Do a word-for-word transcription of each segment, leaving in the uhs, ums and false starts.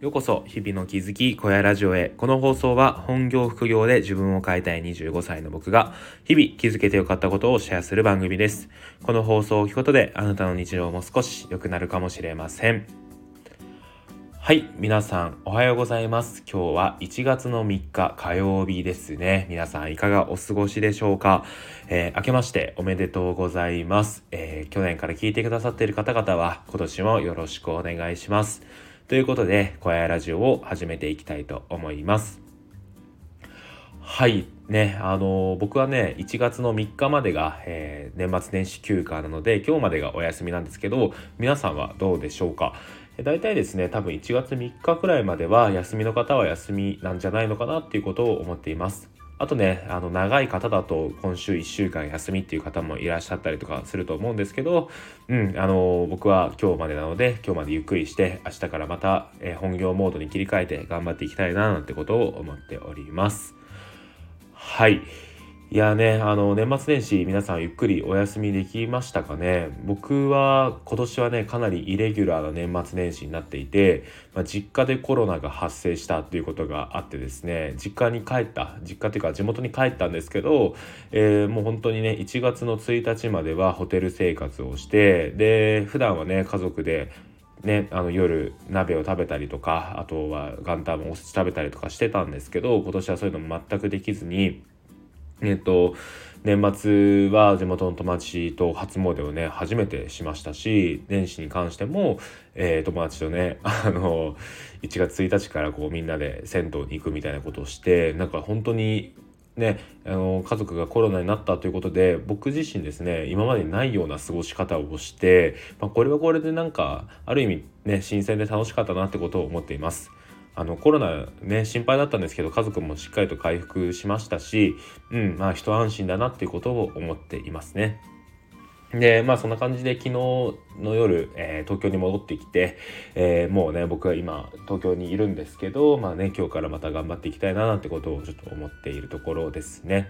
ようこそ日々の気づき小屋ラジオへ。この放送は本業副業で自分を変えたいにじゅうごさいの僕が日々気づけてよかったことをシェアする番組です。この放送を聞くことであなたの日常も少し良くなるかもしれません。はい、皆さんおはようございます。今日はいちがつのみっか火曜日ですね。皆さんいかがお過ごしでしょうか。えー、明けましておめでとうございます。えー、去年から聞いてくださっている方々は今年もよろしくお願いします。ということで小屋ラジオを始めていきたいと思います。はいね、あのー僕はねいちがつのみっかまでが、えー年末年始休暇なので今日までがお休みなんですけど、皆さんはどうでしょうか。えだいたいですね、多分いちがつみっかくらいまでは休みの方は休みなんじゃないのかなっていうことを思っています。あとね、あの長い方だと今週いっしゅうかん休みっていう方もいらっしゃったりとかすると思うんですけど、うん、あの僕は今日までなので今日までゆっくりして明日からまた、えー本業モードに切り替えて頑張っていきたいななんてことを思っております。はい。いやね、あの、年末年始皆さんゆっくりお休みできましたかね。僕は今年はね、かなりイレギュラーな年末年始になっていて、まあ、実家でコロナが発生したっていうことがあってですね、実家に帰った、実家っていうか地元に帰ったんですけど、えーもう本当にね、いちがつのついたちまではホテル生活をして、で、普段はね、家族でね、あの夜鍋を食べたりとか、あとは元旦もおせち食べたりとかしてたんですけど、今年はそういうのも全くできずに、えっと年末は地元の友達と初詣をね初めてしましたし、年始に関しても、えー友達とねあのいちがつついたちからこうみんなで銭湯に行くみたいなことをして、なんか本当にね、あの家族がコロナになったということで僕自身ですね、今までにないような過ごし方をして、まあ、これはこれでなんかある意味ね新鮮で楽しかったなってことを思っています。あのコロナね心配だったんですけど、家族もしっかりと回復しましたし、うんまあ一安心だなっていうことを思っていますね。でまあそんな感じで昨日の夜、えー東京に戻ってきて、えーもうね僕は今東京にいるんですけど、まあね今日からまた頑張っていきたいななんてことをちょっと思っているところですね。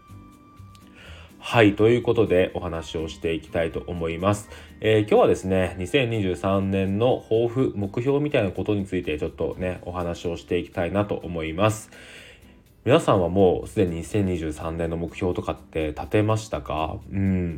はい、ということでお話をしていきたいと思います。えー今日はですね、にせんにじゅうさんねんの抱負、目標みたいなことについてちょっとね、お話をしていきたいなと思います。皆さんはもうすでににせんにじゅうさんねんの目標とかって立てましたか？うん、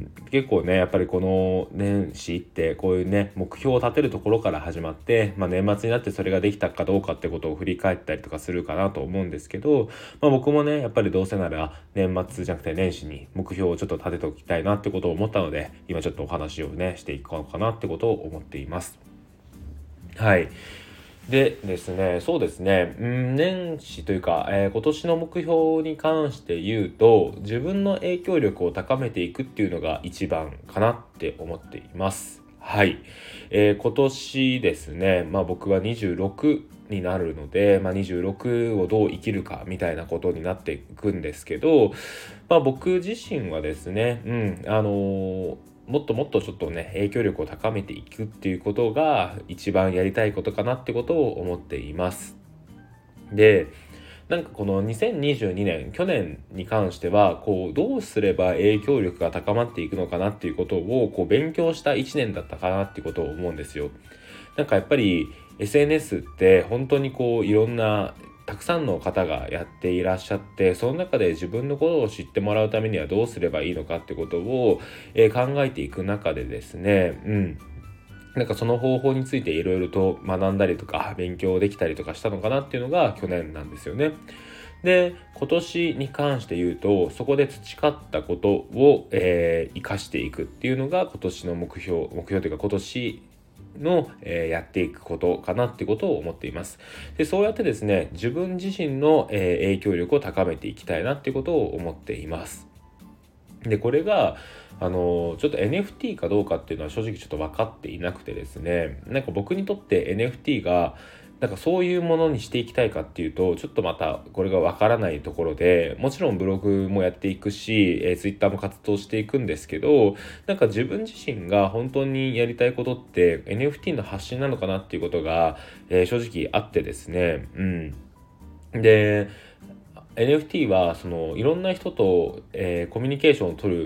結構ね、やっぱりこの年始ってこういうね、目標を立てるところから始まって、まあ年末になってそれができたかどうかってことを振り返ったりとかするかなと思うんですけど、まあ僕もね、やっぱりどうせなら年末じゃなくて年始に目標をちょっと立てておきたいなってことを思ったので、今ちょっとお話をね、していこうかなってことを思っています。はい。でですね、そうですね、うん、年始というか、えー今年の目標に関して言うと、自分の影響力を高めていくっていうのが一番かなって思っています。はい。えー今年ですね、まあ僕はにじゅうろくになるので、まあ、にじゅうろくをどう生きるかみたいなことになっていくんですけど、まあ僕自身はですね、うん、あのーもっともっとちょっとね影響力を高めていくっていうことが一番やりたいことかなってことを思っています。で、なんかこのにせんにじゅうにねん去年に関してはこうどうすれば影響力が高まっていくのかなっていうことをこう勉強したいちねんだったかなっていうことを思うんですよ。なんかやっぱり エスエヌエス って本当にこういろんなたくさんの方がやっていらっしゃって、その中で自分のことを知ってもらうためにはどうすればいいのかってことを、えー考えていく中でですね、うんなんかその方法についていろいろと学んだりとか勉強できたりとかしたのかなっていうのが去年なんですよね。で、今年に関して言うと、そこで培ったことを、えー、活かしていくっていうのが今年の目標、目標というか今年の、えーやっていくことかなってことを思っています。で、そうやってですね、自分自身の、えー影響力を高めていきたいなっていうことを思っています。で、これが、あの、ちょっと エヌエフティー かどうかっていうのは正直ちょっと分かっていなくてですね、なんか僕にとって エヌエフティー が、なんかそういうものにしていきたいかっていうと、ちょっとまたこれが分からないところで、もちろんブログもやっていくし、えー、Twitter も活動していくんですけど、なんか自分自身が本当にやりたいことって エヌエフティー の発信なのかなっていうことが、えー正直あってですね、うん。で、エヌエフティー はそのいろんな人と、えーコミュニケーションを取る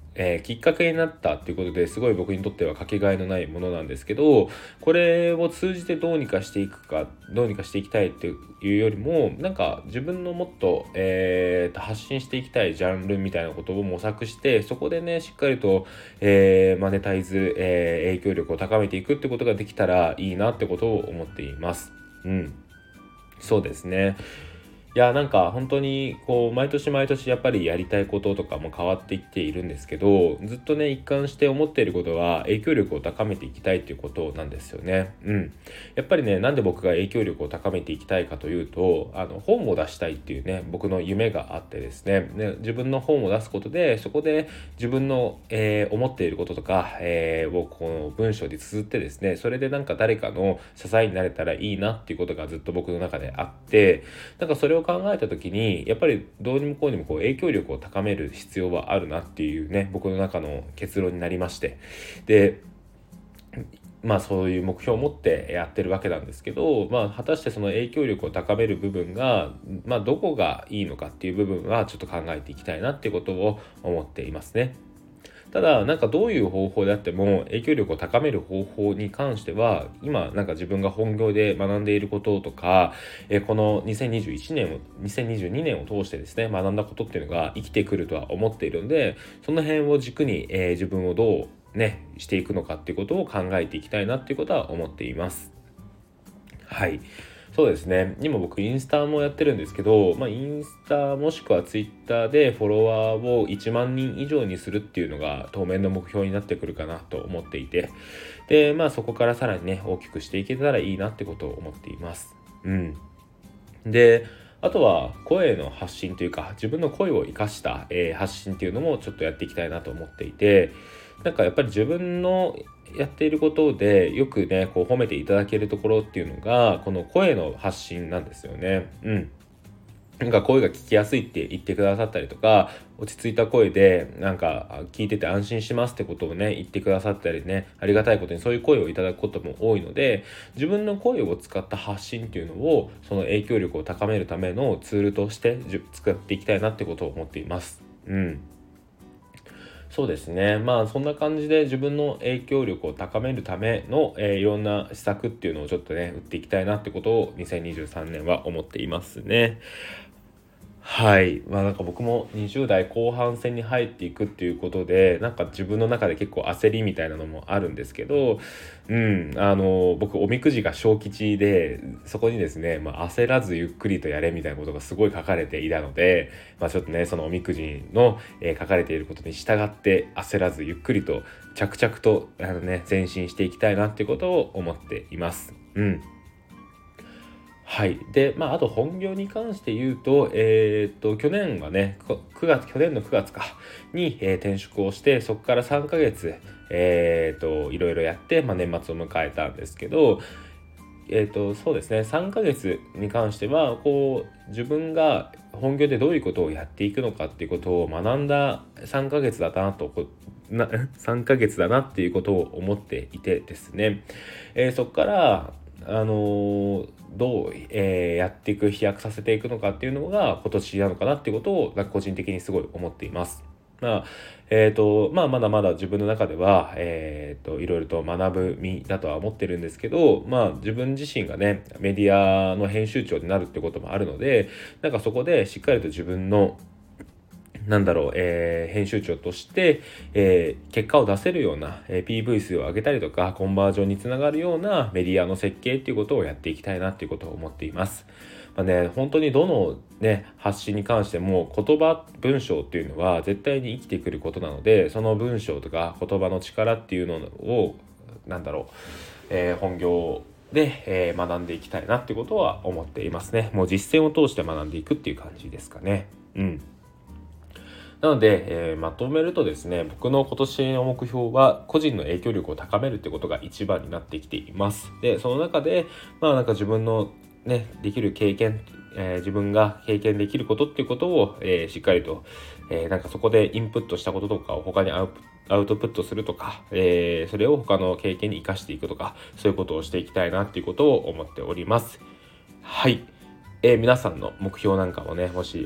えーきっかけになったっていうことですごい僕にとってはかけがえのないものなんですけど、これを通じてどうにかしていくかどうにかしていきたいっていうよりも、なんか自分のもっと、えーと発信していきたいジャンルみたいなことを模索して、そこでねしっかりと、えーマネタイズ、えー影響力を高めていくってことができたらいいなってことを思っています。うん、そうですね。いや、なんか本当にこう毎年毎年やっぱりやりたいこととかも変わっていっているんですけど、ずっとね一貫して思っていることは影響力を高めていきたいっていうことなんですよね。うん。やっぱりね、なんで僕が影響力を高めていきたいかというと、あの本を出したいっていうね僕の夢があってですね、ね自分の本を出すことで、そこで自分の、えー思っていることとか、えーをこの文章で綴ってですね、それでなんか誰かの支えになれたらいいなっていうことがずっと僕の中であって、なんかそれを考えた時にやっぱりどうにもこうにもこう影響力を高める必要はあるなっていうね僕の中の結論になりまして、でまあそういう目標を持ってやってるわけなんですけど、まあ果たしてその影響力を高める部分がまあどこがいいのかっていう部分はちょっと考えていきたいなっていうことを思っていますね。ただなんかどういう方法であっても影響力を高める方法に関しては、今なんか自分が本業で学んでいることとか、えーこのにせんにじゅういちねんをにせんにじゅうにねんを通してですね学んだことっていうのが生きてくるとは思っているので、その辺を軸に、えー自分をどうねしていくのかっていうことを考えていきたいなっていうことは思っています。はい。そうですね。今僕インスタもやってるんですけど、まあインスタもしくはツイッターでフォロワーをいちまんにん以上にするっていうのが当面の目標になってくるかなと思っていて、で、まあそこからさらにね、大きくしていけたらいいなってことを思っています。うん。で、あとは声の発信というか、自分の声を生かした、えー発信っていうのもちょっとやっていきたいなと思っていて、なんかやっぱり自分のやっていることでよくねこう褒めていただけるところっていうのがこの声の発信なんですよね。うん。なんか声が聞きやすいって言ってくださったりとか、落ち着いた声でなんかあ聞いてて安心しますってことをね言ってくださったりね、ありがたいことにそういう声をいただくことも多いので、自分の声を使った発信っていうのをその影響力を高めるためのツールとしてじゅ使っていきたいなってことを思っています。うん。そうですね。まあそんな感じで自分の影響力を高めるための、えーいろんな施策っていうのをちょっとね、打っていきたいなってことをにせんにじゅうさんねんは思っていますね。はい。まあなんか僕もにじゅう代後半戦に入っていくっていうことで、なんか自分の中で結構焦りみたいなのもあるんですけど、うん、あの、僕おみくじが小吉で、そこにですね、まあ焦らずゆっくりとやれみたいなことがすごい書かれていたので、まあちょっとね、そのおみくじの、えー書かれていることに従って焦らずゆっくりと着々とあのね、前進していきたいなってことを思っています。うん。はい。で、まあ、あと本業に関して言うと、えーっと、去年はね、こくがつ、去年のくがつか、に、えー転職をして、そこからさんかげつ、えーっと、いろいろやって、まあ、年末を迎えたんですけど、えーっと、そうですね、さんかげつに関しては、こう、自分が本業でどういうことをやっていくのかっていうことを学んださんかげつだったなと、こなさんかげつだなっていうことを思っていてですね、えーそこからあのーどう、えーやっていく飛躍させていくのかっていうのが今年なのかなっていうことをなんか個人的にすごい思っています。まあ、えっと、まあ、まだまだ自分の中では、えっと、いろいろと学ぶ身だとは思ってるんですけど、まあ、自分自身がね、メディアの編集長になるってこともあるので、なんかそこでしっかりと自分のなんだろう、えー編集長として、えー結果を出せるような、えー ピーブイ 数を上げたりとか、コンバージョンにつながるようなメディアの設計っていうことをやっていきたいなっていうことを思っています。まあね、本当にどのね、発信に関しても言葉、文章っていうのは絶対に生きてくることなので、その文章とか言葉の力っていうのを、なんだろう、えー本業で、えー学んでいきたいなってことは思っていますね。もう実践を通して学んでいくっていう感じですかね。うん。なので、えーまとめるとですね、僕の今年の目標は個人の影響力を高めるってことが一番になってきています。で、その中で、まあなんか自分のね、できる経験、えー自分が経験できることっていうことを、えーしっかりと、えーなんかそこでインプットしたこととかを他にアウプアウトプットするとか、えーそれを他の経験に生かしていくとか、そういうことをしていきたいなっていうことを思っております。はい。えー皆さんの目標なんかもね、もし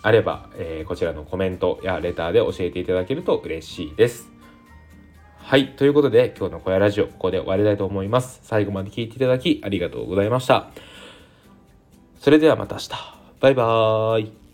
あれば、えー、こちらのコメントやレターで教えていただけると嬉しいです。はい。ということで、今日の小屋ラジオ、ここで終わりたいと思います。最後まで聞いていただきありがとうございました。それではまた明日。バイバーイ。